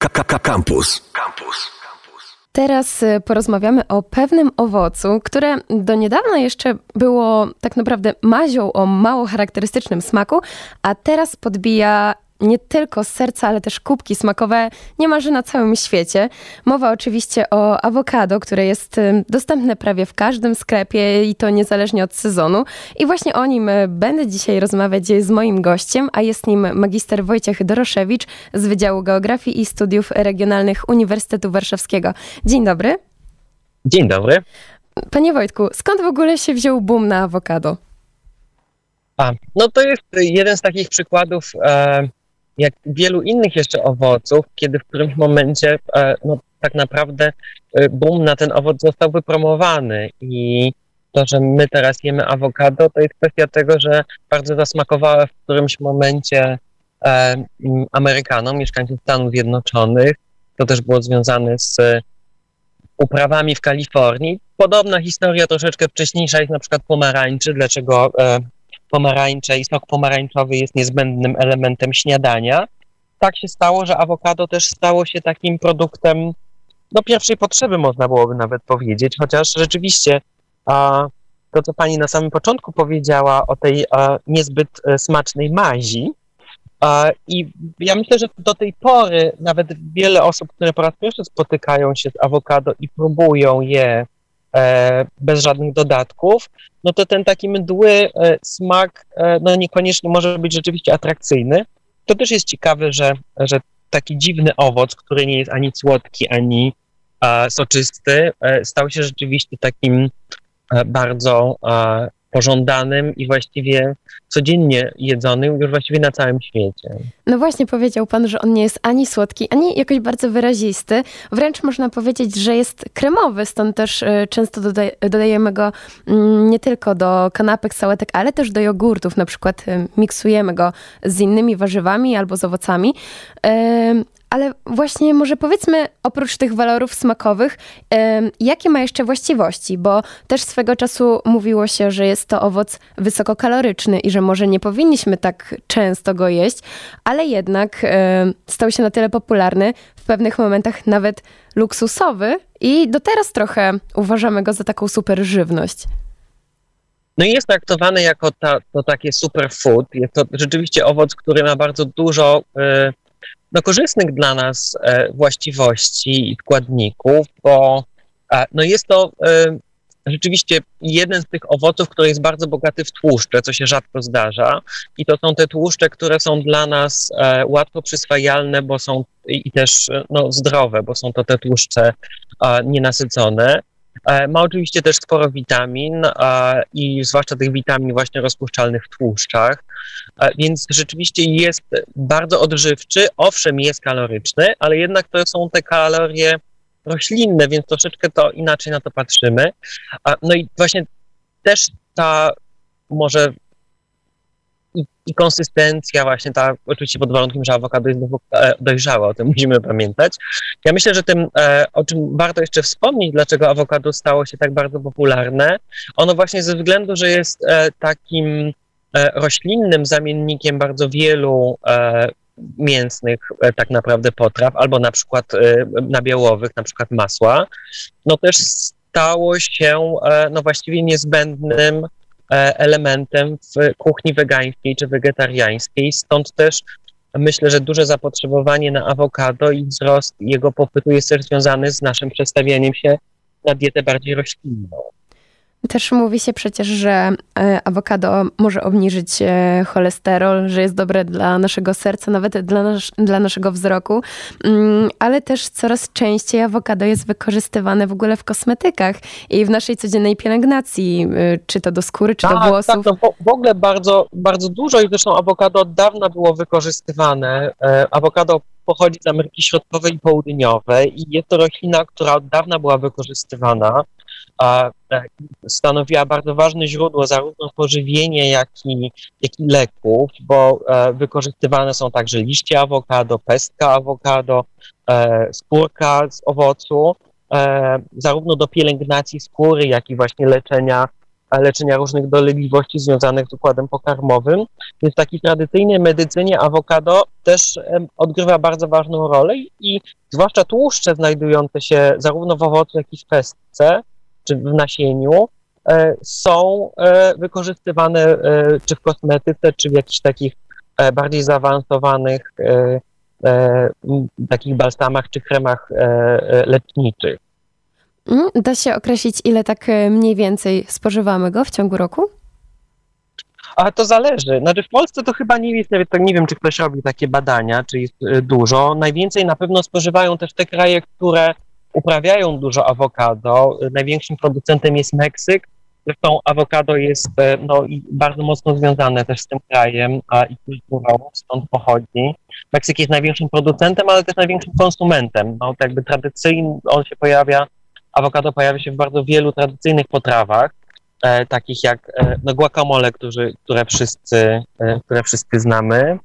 Campus. Teraz porozmawiamy o pewnym owocu, które do niedawna jeszcze było tak naprawdę mazią o mało charakterystycznym smaku, a teraz podbija nie tylko z serca, ale też kubki smakowe niemalże na całym świecie. Mowa oczywiście o awokado, które jest dostępne prawie w każdym sklepie i to niezależnie od sezonu. I właśnie o nim będę dzisiaj rozmawiać z moim gościem, a jest nim magister Wojciech Doroszewicz z Wydziału Geografii i Studiów Regionalnych Uniwersytetu Warszawskiego. Dzień dobry. Dzień dobry. Panie Wojtku, skąd w ogóle się wziął boom na awokado? No to jest jeden z takich przykładów, jak wielu innych jeszcze owoców, kiedy w którymś momencie tak naprawdę boom na ten owoc został wypromowany i to, że my teraz jemy awokado, to jest kwestia tego, że bardzo zasmakowała w którymś momencie Amerykanom, mieszkańcom Stanów Zjednoczonych. To też było związane z uprawami w Kalifornii. Podobna historia, troszeczkę wcześniejsza, jest na przykład pomarańczy, dlaczego pomarańcze i sok pomarańczowy jest niezbędnym elementem śniadania. Tak się stało, że awokado też stało się takim produktem pierwszej potrzeby, można byłoby nawet powiedzieć, chociaż rzeczywiście to, co pani na samym początku powiedziała o tej niezbyt smacznej mazi, i ja myślę, że do tej pory nawet wiele osób, które po raz pierwszy spotykają się z awokado i próbują je bez żadnych dodatków, no to ten taki mdły smak niekoniecznie może być rzeczywiście atrakcyjny. To też jest ciekawe, że taki dziwny owoc, który nie jest ani słodki, ani soczysty, stał się rzeczywiście takim bardzo pożądanym i właściwie codziennie jedzonym już właściwie na całym świecie. No właśnie powiedział pan, że on nie jest ani słodki, ani jakoś bardzo wyrazisty. Wręcz można powiedzieć, że jest kremowy, stąd też często dodajemy go nie tylko do kanapek, sałatek, ale też do jogurtów. Na przykład miksujemy go z innymi warzywami albo z owocami. Ale właśnie może powiedzmy, oprócz tych walorów smakowych, jakie ma jeszcze właściwości? Bo też swego czasu mówiło się, że jest to owoc wysokokaloryczny i że może nie powinniśmy tak często go jeść, ale jednak stał się na tyle popularny, w pewnych momentach nawet luksusowy i do teraz trochę uważamy go za taką super żywność. No i jest traktowany jako to takie superfood. Jest to rzeczywiście owoc, który ma bardzo dużo korzystnych dla nas właściwości i składników, bo jest to rzeczywiście jeden z tych owoców, który jest bardzo bogaty w tłuszcze, co się rzadko zdarza. I to są te tłuszcze, które są dla nas łatwo przyswajalne, bo są i też zdrowe, bo są to te tłuszcze nienasycone. Ma oczywiście też sporo witamin i zwłaszcza tych witamin właśnie rozpuszczalnych w tłuszczach, więc rzeczywiście jest bardzo odżywczy, owszem jest kaloryczny, ale jednak to są te kalorie roślinne, więc troszeczkę to inaczej na to patrzymy. No i właśnie też ta może i konsystencja właśnie ta, oczywiście pod warunkiem, że awokado jest dojrzałe, o tym musimy pamiętać. Ja myślę, że tym, o czym warto jeszcze wspomnieć, dlaczego awokado stało się tak bardzo popularne, ono właśnie ze względu, że jest takim roślinnym zamiennikiem bardzo wielu mięsnych tak naprawdę potraw, albo na przykład nabiałowych, na przykład masła, no też stało się właściwie niezbędnym elementem w kuchni wegańskiej czy wegetariańskiej, stąd też myślę, że duże zapotrzebowanie na awokado i wzrost jego popytu jest też związany z naszym przestawianiem się na dietę bardziej roślinną. Też mówi się przecież, że awokado może obniżyć cholesterol, że jest dobre dla naszego serca, nawet dla naszego wzroku, ale też coraz częściej awokado jest wykorzystywane w ogóle w kosmetykach i w naszej codziennej pielęgnacji, czy to do skóry, czy do włosów. Tak, w ogóle bardzo, bardzo dużo i zresztą awokado od dawna było wykorzystywane. Awokado pochodzi z Ameryki Środkowej i Południowej i jest to roślina, która od dawna była wykorzystywana. Stanowiła bardzo ważne źródło zarówno pożywienia, jak i leków, bo wykorzystywane są także liście awokado, pestka awokado, skórka z owocu, zarówno do pielęgnacji skóry, jak i właśnie leczenia leczenia różnych dolegliwości związanych z układem pokarmowym. Więc w takiej tradycyjnej medycynie awokado też odgrywa bardzo ważną rolę i zwłaszcza tłuszcze znajdujące się zarówno w owocu, jak i w pestce, czy w nasieniu, są wykorzystywane czy w kosmetyce, czy w jakichś takich bardziej zaawansowanych takich balsamach czy kremach leczniczych. Da się określić, ile tak mniej więcej spożywamy go w ciągu roku? A to zależy. Znaczy w Polsce to chyba nie jest, nawet tak nie wiem, czy ktoś robi takie badania, czy jest dużo. Najwięcej na pewno spożywają też te kraje, które uprawiają dużo awokado. Największym producentem jest Meksyk. Zresztą awokado jest i bardzo mocno związane też z tym krajem i kulturą, stąd pochodzi. Meksyk jest największym producentem, ale też największym konsumentem. No, tak jakby tradycyjnie awokado pojawia się w bardzo wielu tradycyjnych potrawach, takich jak guacamole, które wszyscy znamy.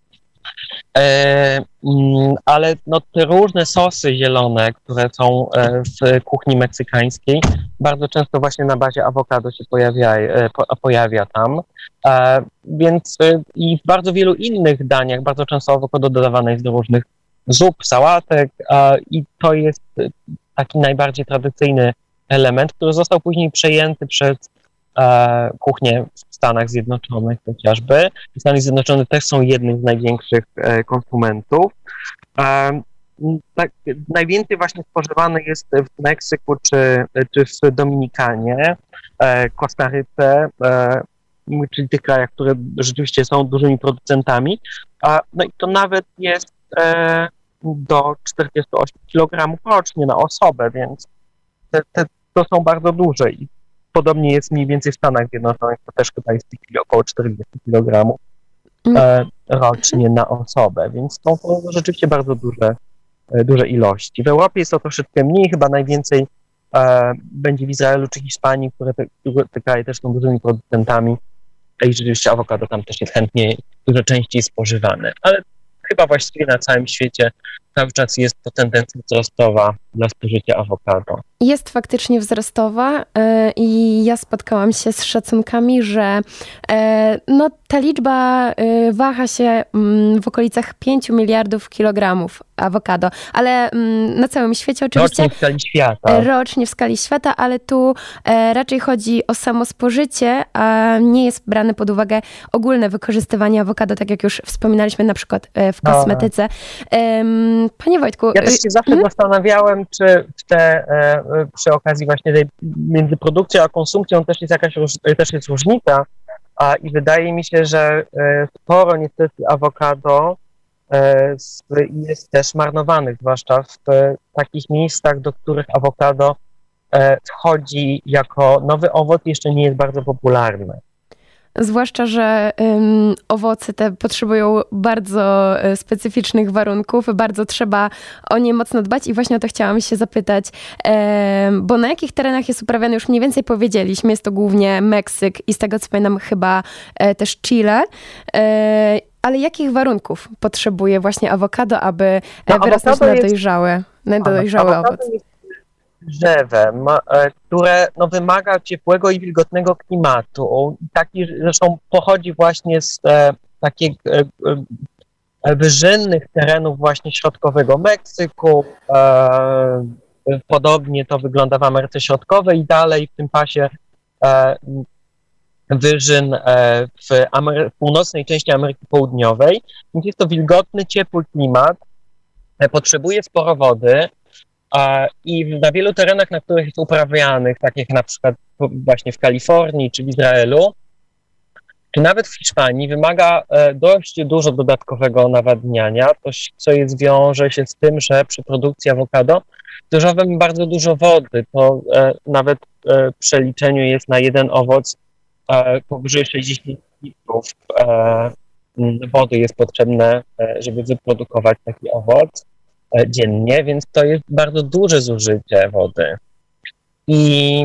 Ale te różne sosy zielone, które są w kuchni meksykańskiej, bardzo często właśnie na bazie awokado się pojawia tam. Więc i w bardzo wielu innych daniach bardzo często awokado dodawane jest do różnych zup, sałatek i to jest taki najbardziej tradycyjny element, który został później przejęty przez kuchnię w Stanach Zjednoczonych chociażby. Stany Zjednoczone też są jednym z największych konsumentów. Tak, najwięcej właśnie spożywane jest w Meksyku czy w Dominikanie, Kostaryce, czyli tych krajach, które rzeczywiście są dużymi producentami. No i to nawet jest do 48 kg rocznie na osobę, więc to są bardzo duże i podobnie jest mniej więcej w Stanach Zjednoczonych, to też chyba jest około 40 kg rocznie na osobę, więc to rzeczywiście bardzo duże ilości. W Europie jest to troszeczkę mniej, chyba najwięcej będzie w Izraelu czy Hiszpanii, które te kraje też są dużymi producentami i rzeczywiście awokado tam też jest chętnie, dużo częściej spożywane, ale chyba właściwie na całym świecie cały czas jest to tendencja wzrostowa dla spożycia awokado. Jest faktycznie wzrostowa i ja spotkałam się z szacunkami, że ta liczba waha się w okolicach 5 miliardów kilogramów awokado, ale na całym świecie oczywiście... Rocznie w skali świata. Rocznie w skali świata, ale tu raczej chodzi o samo spożycie, a nie jest brane pod uwagę ogólne wykorzystywanie awokado, tak jak już wspominaliśmy na przykład w kosmetyce. Panie Wojtku... Ja też się zawsze zastanawiałem, czy przy okazji właśnie tej między produkcją a konsumpcją też jest różnica i wydaje mi się, że sporo niestety awokado jest też marnowanych, zwłaszcza w takich miejscach, do których awokado wchodzi jako nowy owoc, jeszcze nie jest bardzo popularny. Zwłaszcza, że owoce te potrzebują bardzo specyficznych warunków, bardzo trzeba o nie mocno dbać i właśnie o to chciałam się zapytać, bo na jakich terenach jest uprawiany, już mniej więcej powiedzieliśmy, jest to głównie Meksyk i z tego co pamiętam chyba też Chile, ale jakich warunków potrzebuje właśnie awokado, aby wyrosnąć na dojrzały owoc? Drzewem, które wymaga ciepłego i wilgotnego klimatu. Taki zresztą pochodzi właśnie z takich wyżynnych terenów właśnie środkowego Meksyku. Podobnie to wygląda w Ameryce Środkowej i dalej w tym pasie wyżyn w północnej części Ameryki Południowej. Więc jest to wilgotny, ciepły klimat, potrzebuje sporo wody. I na wielu terenach, na których jest uprawianych, tak jak na przykład właśnie w Kalifornii czy w Izraelu, czy nawet w Hiszpanii, wymaga dość dużo dodatkowego nawadniania, co wiąże się z tym, że przy produkcji awokado zużywamy bardzo dużo wody. To nawet w przeliczeniu jest na jeden owoc powyżej 60 litrów wody jest potrzebne, żeby wyprodukować taki owoc dziennie, więc to jest bardzo duże zużycie wody. I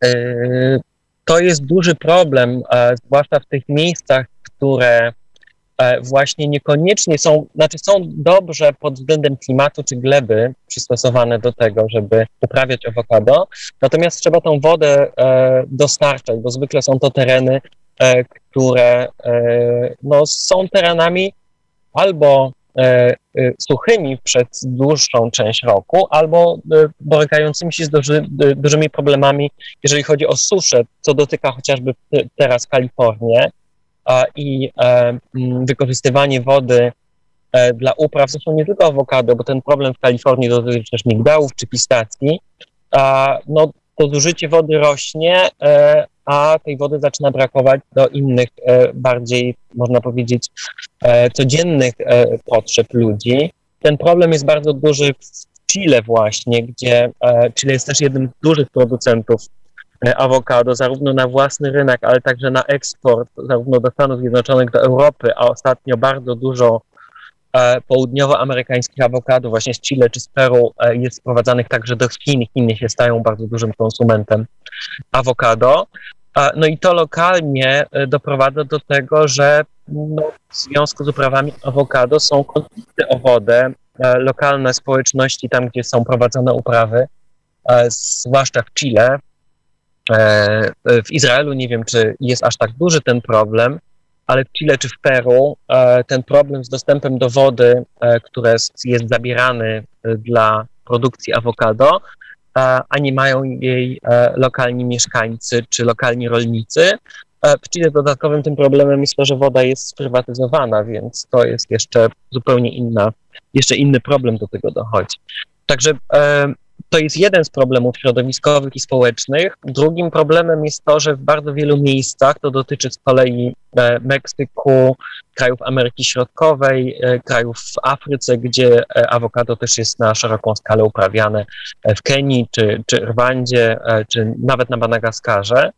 to jest duży problem, zwłaszcza w tych miejscach, które właśnie niekoniecznie są dobrze pod względem klimatu czy gleby przystosowane do tego, żeby uprawiać awokado, natomiast trzeba tą wodę dostarczać, bo zwykle są to tereny, które są terenami albo suchymi przez dłuższą część roku, albo borykającymi się z dużymi problemami, jeżeli chodzi o suszę, co dotyka chociażby teraz Kalifornię i wykorzystywanie wody dla upraw. Zresztą nie tylko awokado, bo ten problem w Kalifornii dotyczy też migdałów czy pistacji. To zużycie wody rośnie, a tej wody zaczyna brakować do innych, bardziej, można powiedzieć, codziennych potrzeb ludzi. Ten problem jest bardzo duży w Chile właśnie, gdzie Chile jest też jednym z dużych producentów awokado, zarówno na własny rynek, ale także na eksport, zarówno do Stanów Zjednoczonych, do Europy, a ostatnio bardzo dużo południowoamerykańskich awokado właśnie z Chile czy z Peru jest sprowadzanych także do Chin. Chiny się stają bardzo dużym konsumentem awokado. No i to lokalnie doprowadza do tego, że w związku z uprawami awokado są konflikty o wodę. Lokalne społeczności, tam gdzie są prowadzone uprawy, zwłaszcza w Chile, w Izraelu nie wiem, czy jest aż tak duży ten problem, ale w Chile czy w Peru ten problem z dostępem do wody, który jest zabierany dla produkcji awokado, a nie mają jej lokalni mieszkańcy czy lokalni rolnicy. W Chile dodatkowym tym problemem jest to, że woda jest sprywatyzowana, więc to jest jeszcze zupełnie inny problem do tego dochodzi. Także to jest jeden z problemów środowiskowych i społecznych. Drugim problemem jest to, że w bardzo wielu miejscach, to dotyczy z kolei Meksyku, krajów Ameryki Środkowej, krajów w Afryce, gdzie awokado też jest na szeroką skalę uprawiane, w Kenii, czy Rwandzie, czy nawet na Madagaskarze,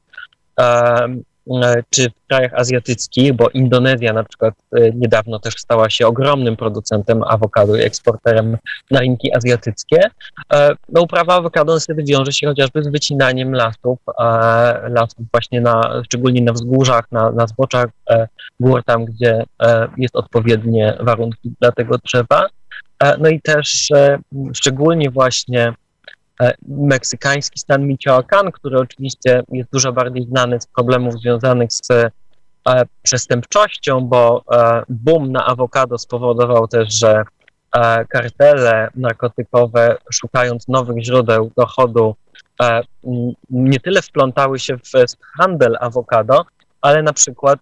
czy w krajach azjatyckich, bo Indonezja na przykład niedawno też stała się ogromnym producentem awokado i eksporterem na rynki azjatyckie. Uprawa awokado niestety wiąże się chociażby z wycinaniem lasów właśnie szczególnie na wzgórzach, na zboczach gór, tam gdzie jest odpowiednie warunki dla tego drzewa. No i też szczególnie właśnie meksykański stan Michoacán, który oczywiście jest dużo bardziej znany z problemów związanych z przestępczością, bo boom na awokado spowodował też, że kartele narkotykowe, szukając nowych źródeł dochodu, nie tyle wplątały się w handel awokado, ale na przykład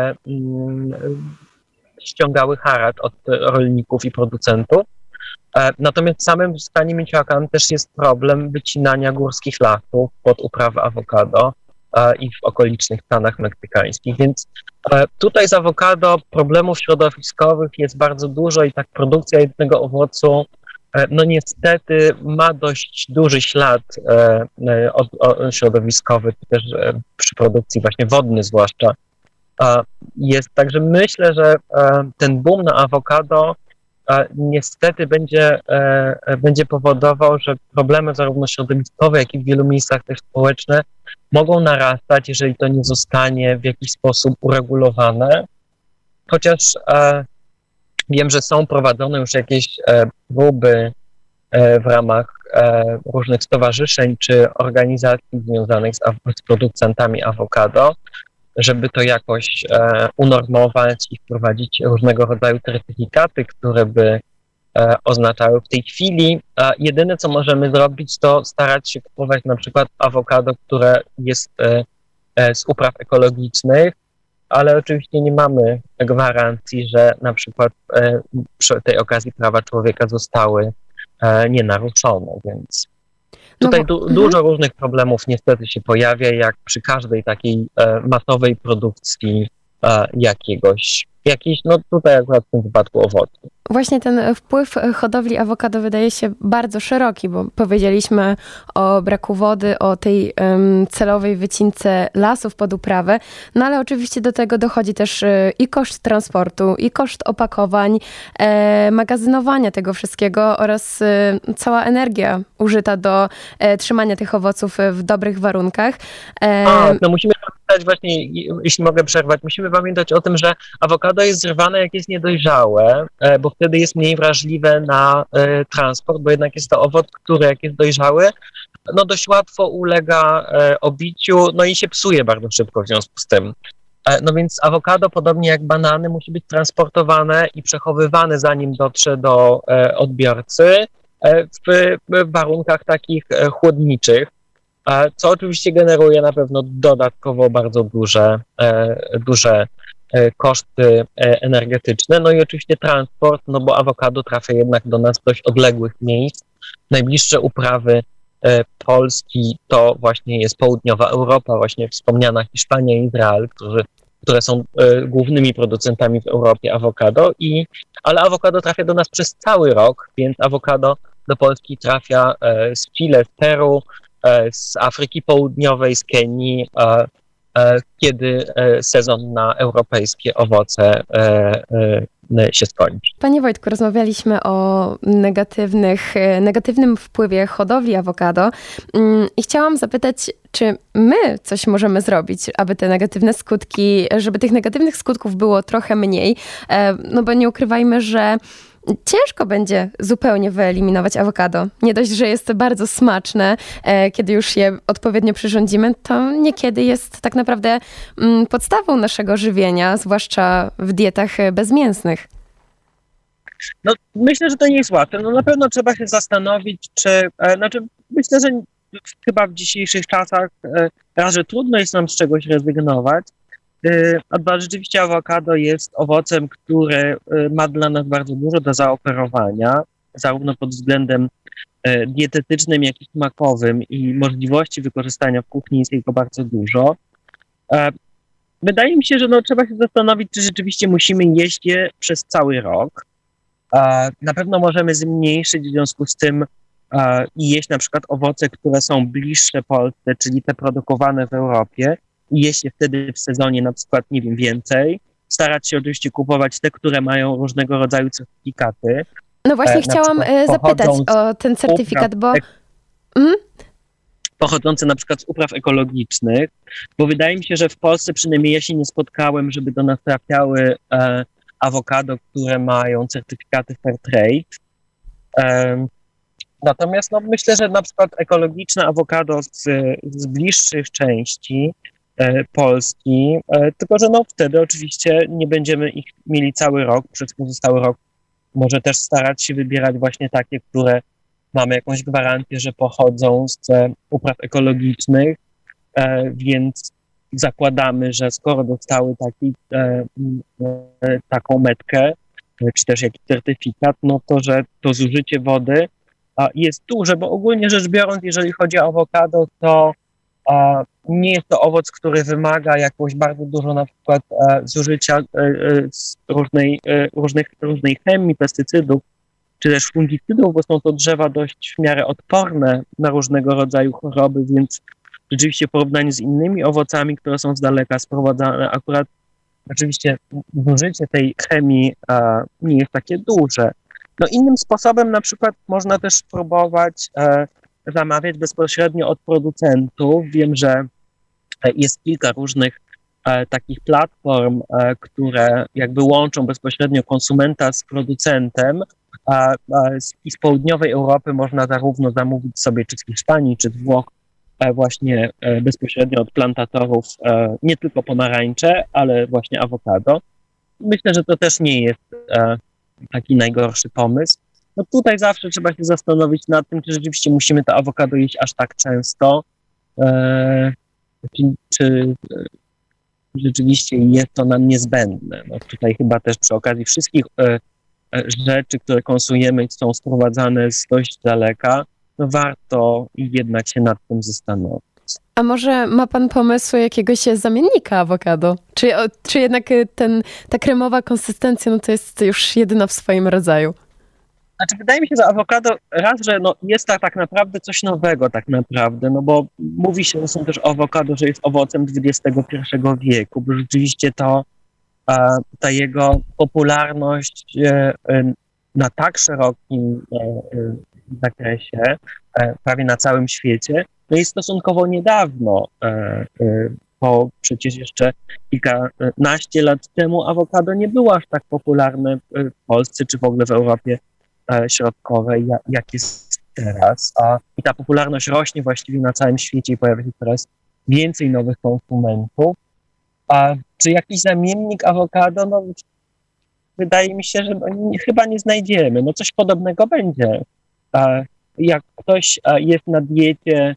ściągały haracz od rolników i producentów. Natomiast w samym stanie Michoacán też jest problem wycinania górskich lasów pod uprawę awokado i w okolicznych stanach meksykańskich, więc tutaj z awokado problemów środowiskowych jest bardzo dużo i tak produkcja jednego owocu niestety ma dość duży ślad środowiskowy, czy też przy produkcji właśnie wodny zwłaszcza jest. Także myślę, że ten boom na awokado niestety będzie powodował, że problemy zarówno środowiskowe, jak i w wielu miejscach też społeczne mogą narastać, jeżeli to nie zostanie w jakiś sposób uregulowane. Chociaż wiem, że są prowadzone już jakieś próby w ramach różnych stowarzyszeń czy organizacji związanych z producentami awokado, żeby to jakoś unormować i wprowadzić różnego rodzaju certyfikaty, które by oznaczały w tej chwili. Jedyne, co możemy zrobić, to starać się kupować na przykład awokado, które jest z upraw ekologicznych, ale oczywiście nie mamy gwarancji, że na przykład przy tej okazji prawa człowieka zostały nienaruszone, więc tutaj dużo różnych problemów niestety się pojawia, jak przy każdej takiej masowej produkcji jakiejś, tutaj akurat w tym wypadku owoców. Właśnie ten wpływ hodowli awokado wydaje się bardzo szeroki, bo powiedzieliśmy o braku wody, o tej celowej wycince lasów pod uprawę, no ale oczywiście do tego dochodzi też i koszt transportu, i koszt opakowań, magazynowania tego wszystkiego oraz cała energia użyta do trzymania tych owoców w dobrych warunkach. Musimy pamiętać właśnie, jeśli mogę przerwać, musimy pamiętać o tym, że awokado jest zrywane jak jest niedojrzałe, bo wtedy jest mniej wrażliwe na transport, bo jednak jest to owoc, który jak jest dojrzały, no dość łatwo ulega obiciu, no i się psuje bardzo szybko w związku z tym. No więc awokado, podobnie jak banany, musi być transportowane i przechowywane, zanim dotrze do odbiorcy w warunkach takich chłodniczych, co oczywiście generuje na pewno dodatkowo bardzo duże koszty energetyczne. No i oczywiście transport, no bo awokado trafia jednak do nas z dość odległych miejsc. Najbliższe uprawy Polski to właśnie jest południowa Europa, właśnie wspomniana Hiszpania i Izrael, które są głównymi producentami w Europie awokado, ale awokado trafia do nas przez cały rok, więc awokado do Polski trafia z Chile, z Peru, z Afryki Południowej, z Kenii, kiedy sezon na europejskie owoce się skończy. Panie Wojtku, rozmawialiśmy o negatywnym wpływie hodowli awokado i chciałam zapytać, czy my coś możemy zrobić, aby te negatywne skutki, żeby tych negatywnych skutków było trochę mniej, no bo nie ukrywajmy, że ciężko będzie zupełnie wyeliminować awokado. Nie dość, że jest bardzo smaczne, kiedy już je odpowiednio przyrządzimy, to niekiedy jest tak naprawdę podstawą naszego żywienia, zwłaszcza w dietach bezmięsnych. No, myślę, że to nie jest łatwe. No, na pewno trzeba się zastanowić, myślę, że chyba w dzisiejszych czasach raz, że trudno jest nam z czegoś rezygnować, a dwa, rzeczywiście awokado jest owocem, który ma dla nas bardzo dużo do zaoferowania, zarówno pod względem dietetycznym, jak i smakowym, i możliwości wykorzystania w kuchni jest jego bardzo dużo. Wydaje mi się, że trzeba się zastanowić, czy rzeczywiście musimy jeść je przez cały rok. Na pewno możemy zmniejszyć w związku z tym i jeść na przykład owoce, które są bliższe Polsce, czyli te produkowane w Europie, i jeść je wtedy w sezonie na przykład, nie wiem, więcej. Starać się oczywiście kupować te, które mają różnego rodzaju certyfikaty. No właśnie chciałam zapytać o ten certyfikat, bo... Pochodzące na przykład z upraw ekologicznych, bo wydaje mi się, że w Polsce przynajmniej ja się nie spotkałem, żeby do nas trafiały awokado, które mają certyfikaty Fairtrade. Natomiast myślę, że na przykład ekologiczne awokado z bliższych części Polski, tylko że wtedy oczywiście nie będziemy ich mieli cały rok, przez pozostały rok może też starać się wybierać właśnie takie, które mamy jakąś gwarancję, że pochodzą z upraw ekologicznych, więc zakładamy, że skoro dostały taką metkę, czy też jakiś certyfikat, no to, że to zużycie wody jest duże, bo ogólnie rzecz biorąc, jeżeli chodzi o awokado, to nie jest to owoc, który wymaga jakoś bardzo dużo na przykład zużycia różnej chemii, pestycydów, czy też fungicydów, bo są to drzewa dość w miarę odporne na różnego rodzaju choroby, więc rzeczywiście w porównaniu z innymi owocami, które są z daleka sprowadzane, akurat oczywiście zużycie tej chemii nie jest takie duże. Innym sposobem na przykład można też spróbować zamawiać bezpośrednio od producentów. Wiem, że jest kilka różnych takich platform, które jakby łączą bezpośrednio konsumenta z producentem, i z południowej Europy można zarówno zamówić sobie czy z Hiszpanii, czy z Włoch właśnie bezpośrednio od plantatorów nie tylko pomarańcze, ale właśnie awokado. Myślę, że to też nie jest taki najgorszy pomysł. Tutaj zawsze trzeba się zastanowić nad tym, czy rzeczywiście musimy to awokado jeść aż tak często, czy rzeczywiście jest to nam niezbędne. Tutaj chyba też przy okazji wszystkich rzeczy, które konsumujemy i są sprowadzane z dość daleka, warto jednak się nad tym zastanowić. A może ma pan pomysł jakiegoś zamiennika awokado? Czy jednak ta kremowa konsystencja to jest już jedyna w swoim rodzaju? Wydaje mi się, że awokado raz, że jest tak naprawdę coś nowego tak naprawdę, bo mówi się, że są też awokado, że jest owocem XXI wieku, bo rzeczywiście ta jego popularność na tak szerokim zakresie, prawie na całym świecie, jest stosunkowo niedawno bo przecież jeszcze kilkanaście lat temu awokado nie było aż tak popularne w Polsce czy w ogóle w Europie Środkowej, jak jest teraz. I ta popularność rośnie właściwie na całym świecie i pojawia się coraz więcej nowych konsumentów. A czy jakiś zamiennik awokado? No, wydaje mi się, że chyba nie znajdziemy. No coś podobnego będzie. Jak ktoś jest na diecie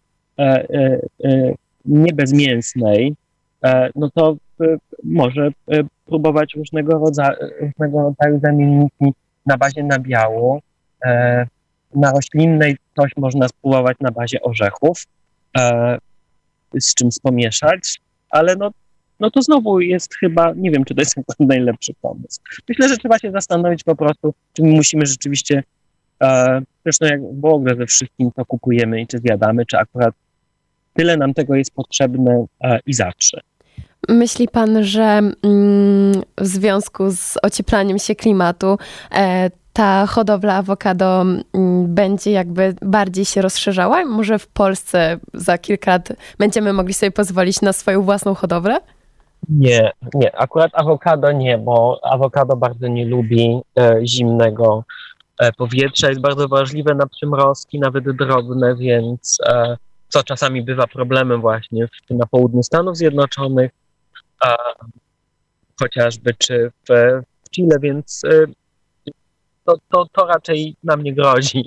nie bezmięsnej, no to może próbować różnego rodzaju zamienniki na bazie nabiału. Na roślinnej coś można spróbować na bazie orzechów, z czymś pomieszać, ale no to znowu jest chyba, nie wiem, czy to jest najlepszy pomysł. Myślę, że trzeba się zastanowić po prostu, czy my musimy rzeczywiście, zresztą jak w ogóle ze wszystkim, co kupujemy i czy zjadamy, czy akurat tyle nam tego jest potrzebne i zawsze. Myśli pan, że w związku z ocieplaniem się klimatu ta hodowla awokado będzie jakby bardziej się rozszerzała? Może w Polsce za kilka lat będziemy mogli sobie pozwolić na swoją własną hodowlę? Nie, akurat awokado nie, bo awokado bardzo nie lubi zimnego powietrza, jest bardzo wrażliwe na przymrozki, nawet drobne, więc co czasami bywa problemem właśnie na południu Stanów Zjednoczonych, chociażby czy w Chile, więc to raczej nam nie grozi.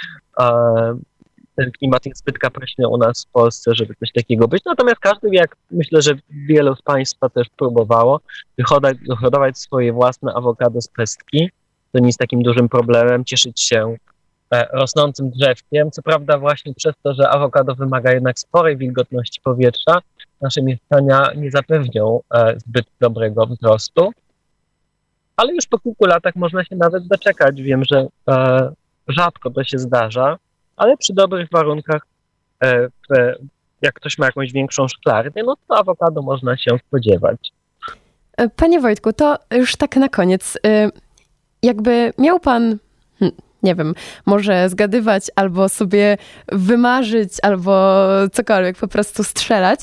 Ten klimat jest zbyt kapryśny u nas w Polsce, żeby coś takiego być. Natomiast każdy, jak myślę, że wielu z Państwa też próbowało, wyhodować swoje własne awokado z pestki. To nie jest takim dużym problemem, cieszyć się rosnącym drzewkiem. Co prawda właśnie przez to, że awokado wymaga jednak sporej wilgotności powietrza, nasze mieszkania nie zapewnią zbyt dobrego wzrostu. Ale już po kilku latach można się nawet doczekać. Wiem, że rzadko to się zdarza, ale przy dobrych warunkach, jak ktoś ma jakąś większą szklarnię, no to awokado można się spodziewać. Panie Wojtku, to już tak na koniec. Jakby miał pan, nie wiem, może zgadywać, albo sobie wymarzyć, albo cokolwiek, po prostu strzelać,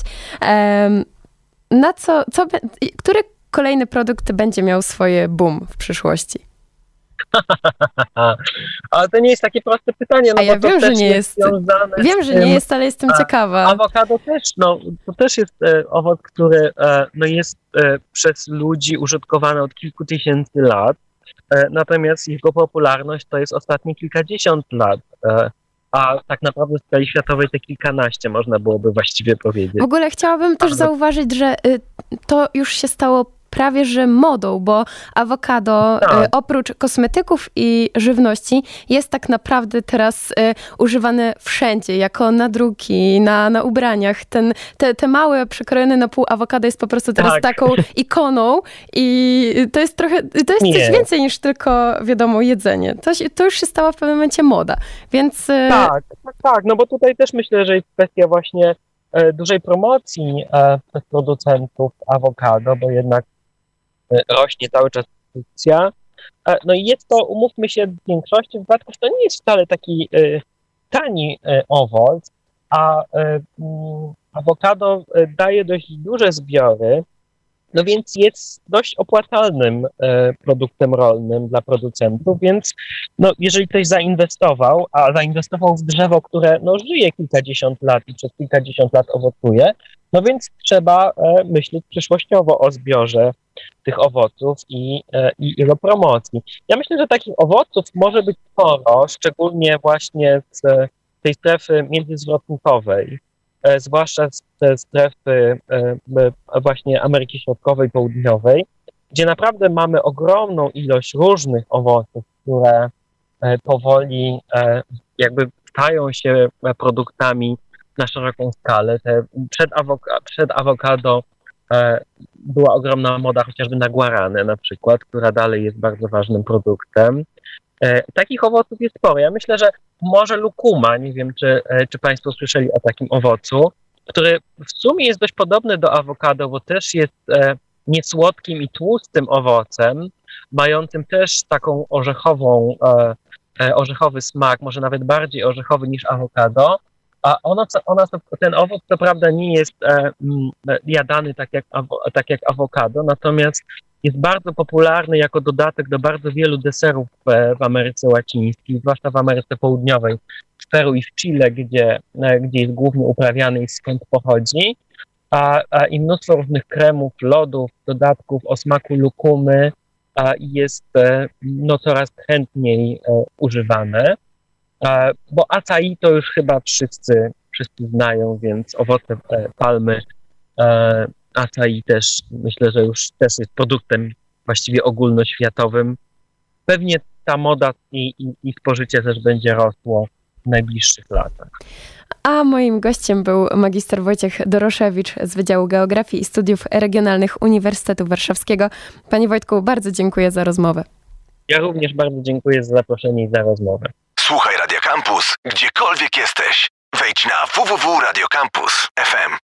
który kolejny produkt będzie miał swoje boom w przyszłości? Ale to nie jest takie proste pytanie. No, a ja wiem, że nie jest. Wiem, że nie jest, ale jestem ciekawa. Awokado też, to też jest owoc, który jest przez ludzi użytkowany od kilku tysięcy lat. Natomiast jego popularność to jest ostatnie kilkadziesiąt lat. A tak naprawdę w skali światowej te kilkanaście, można byłoby właściwie powiedzieć. W ogóle chciałabym też zauważyć, że to już się stało prawie że modą, bo awokado oprócz kosmetyków i żywności jest tak naprawdę teraz używane wszędzie, jako nadruki, na ubraniach. Te małe, przekrojone na pół awokado jest po prostu teraz taką ikoną i to jest coś więcej niż tylko, wiadomo, jedzenie. To już się stała w pewnym momencie moda, więc... Tak, no bo tutaj też myślę, że jest kwestia właśnie dużej promocji przez producentów awokado, bo jednak rośnie cały czas produkcja. No i jest to, umówmy się, w większości wypadków to nie jest wcale taki tani owoc, a awokado daje dość duże zbiory, no więc jest dość opłacalnym produktem rolnym dla producentów, więc no, jeżeli ktoś zainwestował, a zainwestował w drzewo, które żyje kilkadziesiąt lat i przez kilkadziesiąt lat owocuje, no więc trzeba myśleć przyszłościowo o zbiorze tych owoców i jego promocji. Ja myślę, że takich owoców może być sporo, szczególnie właśnie z tej strefy międzyzwrotnikowej, zwłaszcza ze strefy właśnie Ameryki Środkowej, Południowej, gdzie naprawdę mamy ogromną ilość różnych owoców, które powoli jakby stają się produktami na szeroką skalę. Przed awokado była ogromna moda chociażby na guaranę na przykład, która dalej jest bardzo ważnym produktem. Takich owoców jest sporo. Ja myślę, że może lukuma, nie wiem, czy Państwo słyszeli o takim owocu, który w sumie jest dość podobny do awokado, bo też jest niesłodkim i tłustym owocem, mającym też taką orzechowy smak, może nawet bardziej orzechowy niż awokado, A ten owoc co prawda nie jest jadany tak jak awokado, natomiast jest bardzo popularny jako dodatek do bardzo wielu deserów w Ameryce Łacińskiej, zwłaszcza w Ameryce Południowej, w Peru i w Chile, gdzie jest głównie uprawiany i skąd pochodzi. I mnóstwo różnych kremów, lodów, dodatków o smaku lukumy jest coraz chętniej używane. Bo acai to już chyba wszyscy znają, więc owoce palmy acai też myślę, że już też jest produktem właściwie ogólnoświatowym. Pewnie ta moda i spożycie też będzie rosło w najbliższych latach. A moim gościem był magister Wojciech Doroszewicz z Wydziału Geografii i Studiów Regionalnych Uniwersytetu Warszawskiego. Panie Wojtku, bardzo dziękuję za rozmowę. Ja również bardzo dziękuję za zaproszenie i za rozmowę. Słuchaj Radia Campus, gdziekolwiek jesteś. Wejdź na www.radiocampus.fm.